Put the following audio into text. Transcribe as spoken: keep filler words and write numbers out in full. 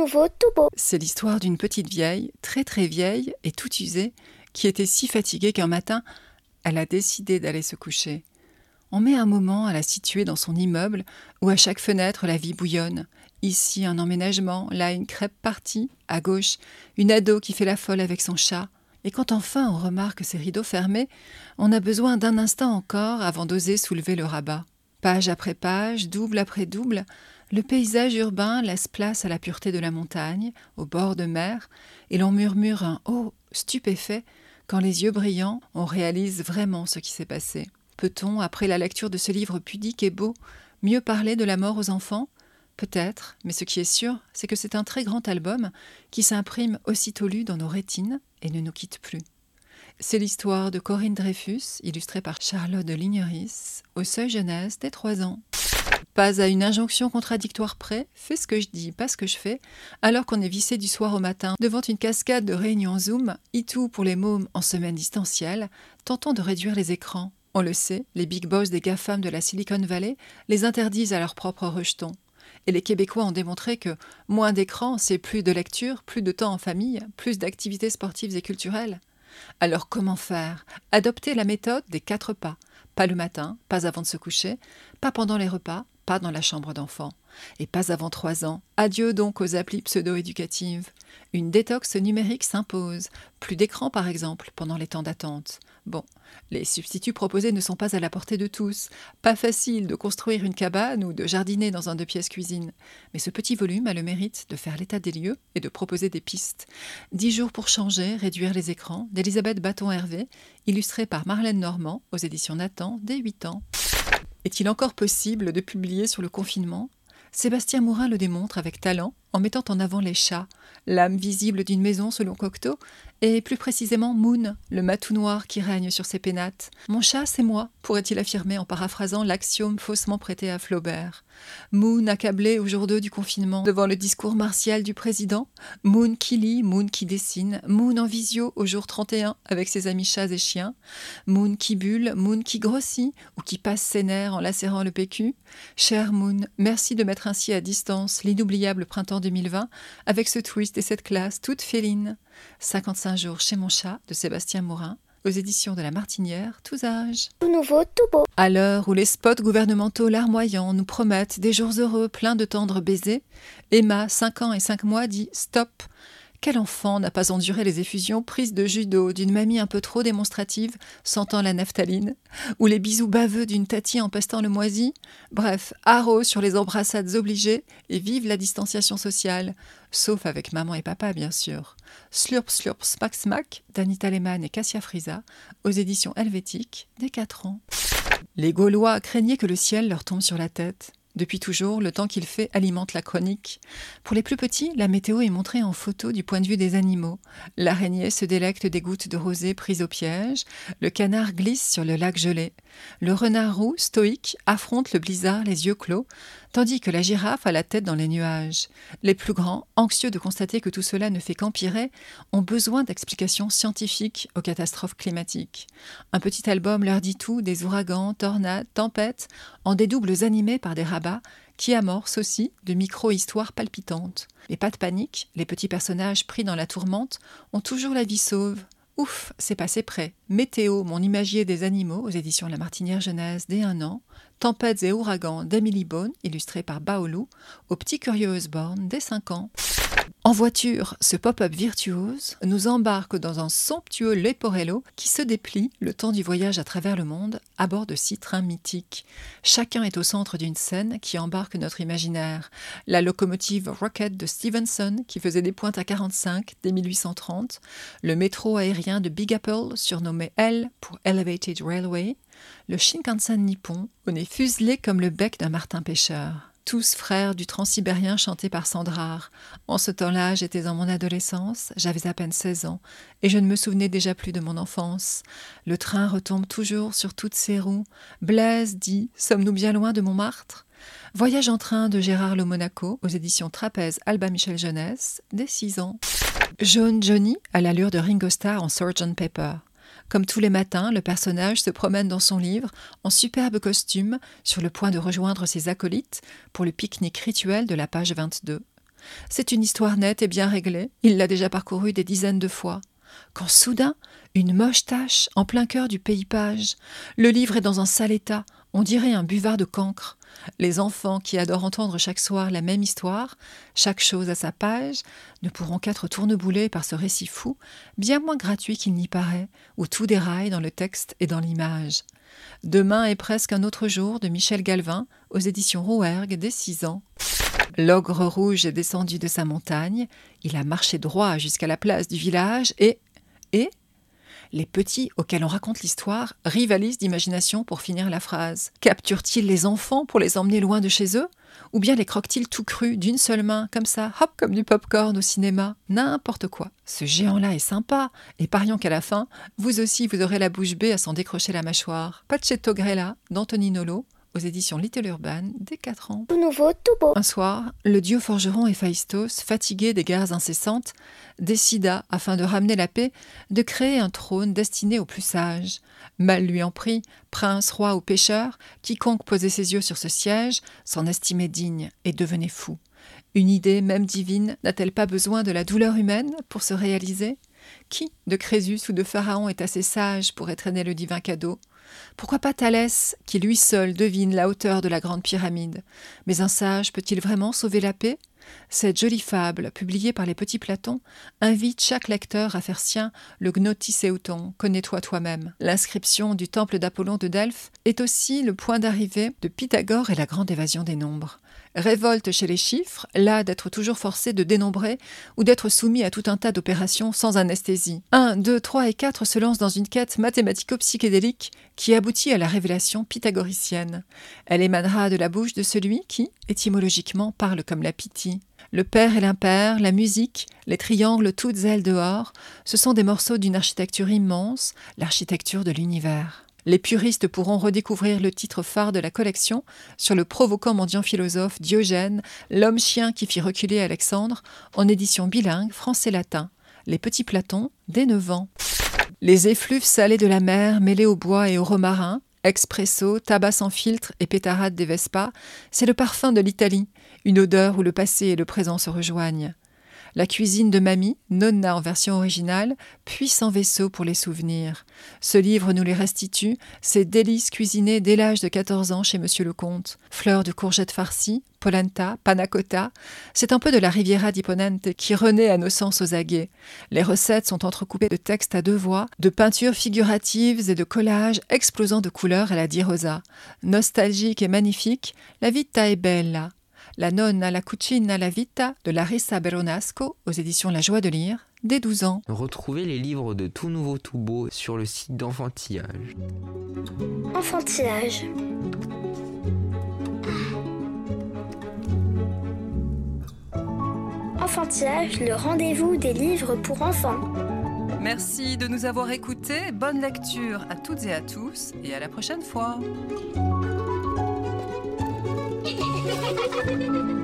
nouveau, tout beau. C'est l'histoire d'une petite vieille, très très vieille et toute usée, qui était si fatiguée qu'un matin, elle a décidé d'aller se coucher. On met un moment à la situer dans son immeuble où à chaque fenêtre la vie bouillonne. Ici un emménagement, là une crêpe partie, à gauche une ado qui fait la folle avec son chat. Et quand enfin on remarque ses rideaux fermés, on a besoin d'un instant encore avant d'oser soulever le rabat. Page après page, double après double, le paysage urbain laisse place à la pureté de la montagne, au bord de mer, et l'on murmure un « oh » stupéfait quand les yeux brillants, on réalise vraiment ce qui s'est passé. Peut-on, après la lecture de ce livre pudique et beau, mieux parler de la mort aux enfants ? Peut-être, mais ce qui est sûr, c'est que c'est un très grand album qui s'imprime aussitôt lu dans nos rétines et ne nous quitte plus. C'est l'histoire de Corinne Dreyfus, illustrée par Charlotte de Ligneris, au seuil jeunesse des trois ans. Pas à une injonction contradictoire près, fais ce que je dis, pas ce que je fais, alors qu'on est vissé du soir au matin devant une cascade de réunions Zoom, itou pour les mômes en semaine distancielle, tentant de réduire les écrans. On le sait, les big boss des GAFAM de la Silicon Valley les interdisent à leurs propres rejetons. Et les Québécois ont démontré que moins d'écran, c'est plus de lecture, plus de temps en famille, plus d'activités sportives et culturelles. Alors comment faire ? Adopter la méthode des quatre pas. Pas le matin, pas avant de se coucher, pas pendant les repas, pas dans la chambre d'enfant. Et pas avant trois ans. Adieu donc aux applis pseudo-éducatives. Une détox numérique s'impose. Plus d'écran par exemple, pendant les temps d'attente. Bon, les substituts proposés ne sont pas à la portée de tous. Pas facile de construire une cabane ou de jardiner dans un deux pièces cuisine. Mais ce petit volume a le mérite de faire l'état des lieux et de proposer des pistes. Dix jours pour changer, réduire les écrans, d'Elisabeth Bâton-Hervé, illustrée par Marlène Normand, aux éditions Nathan, dès huit ans. Est-il encore possible de publier sur le confinement ? Sébastien Morin le démontre avec talent en mettant en avant les chats, l'âme visible d'une maison selon Cocteau, et plus précisément Moon, le matou noir qui règne sur ses pénates. « Mon chat, c'est moi », pourrait-il affirmer en paraphrasant l'axiome faussement prêté à Flaubert. Moon accablé au jour deux du confinement devant le discours martial du président, Moon qui lit, Moon qui dessine, Moon en visio au jour trente et un avec ses amis chats et chiens, Moon qui bulle, Moon qui grossit ou qui passe ses nerfs en lacérant le P Q. Cher Moon, merci de mettre ainsi à distance l'inoubliable printemps deux mille vingt avec ce twist et cette classe toute féline. cinquante-cinq jours chez mon chat de Sébastien Morin, aux éditions de La Martinière, tous âges. Tout nouveau, tout beau. À l'heure où les spots gouvernementaux larmoyants nous promettent des jours heureux pleins de tendres baisers, Emma, cinq ans et cinq mois, dit « stop ». Quel enfant n'a pas enduré les effusions prises de judo d'une mamie un peu trop démonstrative sentant la naphtaline, ou les bisous baveux d'une tatie empestant le moisi? Bref, haro sur les embrassades obligées et vive la distanciation sociale, sauf avec maman et papa bien sûr. Slurp slurp smack smack d'Anita Lehmann et Cassia Frisa, aux éditions Helvétiques, dès quatre ans. Les Gaulois craignaient que le ciel leur tombe sur la tête. Depuis toujours, le temps qu'il fait alimente la chronique. Pour les plus petits, la météo est montrée en photo du point de vue des animaux. L'araignée se délecte des gouttes de rosée prises au piège. Le canard glisse sur le lac gelé. Le renard roux, stoïque, affronte le blizzard les yeux clos, tandis que la girafe a la tête dans les nuages. Les plus grands, anxieux de constater que tout cela ne fait qu'empirer, ont besoin d'explications scientifiques aux catastrophes climatiques. Un petit album leur dit tout des ouragans, tornades, tempêtes, en des doubles animés par des rabats qui amorcent aussi de micro-histoires palpitantes. Mais pas de panique, les petits personnages pris dans la tourmente ont toujours la vie sauve. Ouf, c'est passé près. Météo, mon imagier des animaux, aux éditions La Martinière Jeunesse, dès un an. Tempêtes et ouragans d'Emily Bone, illustré par Baolou, au petit curieux Osborne, dès cinq ans. En voiture, ce pop-up virtuose nous embarque dans un somptueux Leporello qui se déplie le temps du voyage à travers le monde à bord de six trains mythiques. Chacun est au centre d'une scène qui embarque notre imaginaire. La locomotive Rocket de Stevenson qui faisait des pointes à quarante-cinq dès mille huit cent trente, le métro aérien de Big Apple surnommé L pour Elevated Railway, le Shinkansen nippon au nez fuselé comme le bec d'un martin pêcheur. Tous frères du transsibérien chanté par Sandrard. En ce temps-là, j'étais en mon adolescence, j'avais à peine seize ans, et je ne me souvenais déjà plus de mon enfance. Le train retombe toujours sur toutes ses roues. Blaise dit « Sommes-nous bien loin de Montmartre ?» Voyage en train de Gérard Le Monaco, aux éditions Trapèze Alba Michel Jeunesse, dès six ans. Jaune Johnny, à l'allure de Ringo Starr en sergeant Pepper. Comme tous les matins, le personnage se promène dans son livre, en superbe costume, sur le point de rejoindre ses acolytes pour le pique-nique rituel de la page vingt-deux. C'est une histoire nette et bien réglée, il l'a déjà parcourue des dizaines de fois. Quand soudain, une moche tache en plein cœur du pays-page. Le livre est dans un sale état, on dirait un buvard de cancre. Les enfants qui adorent entendre chaque soir la même histoire, chaque chose à sa page, ne pourront qu'être tourneboulés par ce récit fou, bien moins gratuit qu'il n'y paraît, où tout déraille dans le texte et dans l'image. Demain est presque un autre jour de Michel Galvin, aux éditions Rouergue, dès six ans. L'ogre rouge est descendu de sa montagne, il a marché droit jusqu'à la place du village et... et... Les petits auxquels on raconte l'histoire rivalisent d'imagination pour finir la phrase. Capturent-ils les enfants pour les emmener loin de chez eux? Ou bien les croquent-ils tout crus, d'une seule main, comme ça, hop, comme du pop-corn au cinéma? N'importe quoi. Ce géant-là est sympa, et parions qu'à la fin, vous aussi vous aurez la bouche bée à s'en décrocher la mâchoire. Pacetto Grella, d'Anthony Nolo, aux éditions Little Urban, dès quatre ans. Tout nouveau, tout beau. Un soir, le dieu forgeron Héphaïstos, fatigué des guerres incessantes, décida, afin de ramener la paix, de créer un trône destiné aux plus sages. Mal lui en prit, prince, roi ou pêcheur, quiconque posait ses yeux sur ce siège s'en estimait digne et devenait fou. Une idée, même divine, n'a-t-elle pas besoin de la douleur humaine pour se réaliser? Qui, de Crésus ou de Pharaon, est assez sage pour étreiner le divin cadeau? Pourquoi pas Thalès, qui lui seul devine la hauteur de la grande pyramide? Mais un sage peut-il vraiment sauver la paix? Cette jolie fable, publiée par les petits Platons, invite chaque lecteur à faire sien le Gnotiseuton, connais-toi toi-même. L'inscription du temple d'Apollon de Delphes est aussi le point d'arrivée de Pythagore et la grande évasion des nombres. Révolte chez les chiffres, là d'être toujours forcé de dénombrer ou d'être soumis à tout un tas d'opérations sans anesthésie. un, deux, trois et quatre se lancent dans une quête mathématico-psychédélique qui aboutit à la révélation pythagoricienne. Elle émanera de la bouche de celui qui, étymologiquement, parle comme la Pythie. Le père et l'impair, la musique, les triangles toutes ailes dehors, ce sont des morceaux d'une architecture immense, l'architecture de l'univers. Les puristes pourront redécouvrir le titre phare de la collection sur le provoquant mendiant philosophe Diogène, l'homme-chien qui fit reculer Alexandre, en édition bilingue français-latin. Les petits Platons, dès neuf ans. Les effluves salés de la mer mêlés au bois et au romarin, expresso, tabac sans filtre et pétarade des Vespas, c'est le parfum de l'Italie, une odeur où le passé et le présent se rejoignent. La cuisine de mamie, Nonna en version originale, puissant vaisseau pour les souvenirs. Ce livre nous les restitue, ces délices cuisinées dès l'âge de quatorze ans chez Monsieur le Comte. Fleurs de courgettes farcies, polenta, panna cotta, c'est un peu de la Riviera di Ponente qui renaît à nos sens aux aguets. Les recettes sont entrecoupées de textes à deux voix, de peintures figuratives et de collages explosant de couleurs à la Di Rosa. Nostalgique et magnifique, la vita è bella. La nonna, la cucina, la vita de Larissa Beronasco aux éditions La Joie de lire, dès douze ans. Retrouvez les livres de Tout Nouveau Tout Beau sur le site d'Enfantillage. Enfantillage. Enfantillage, le rendez-vous des livres pour enfants. Merci de nous avoir écoutés, bonne lecture à toutes et à tous et à la prochaine fois. Thank you.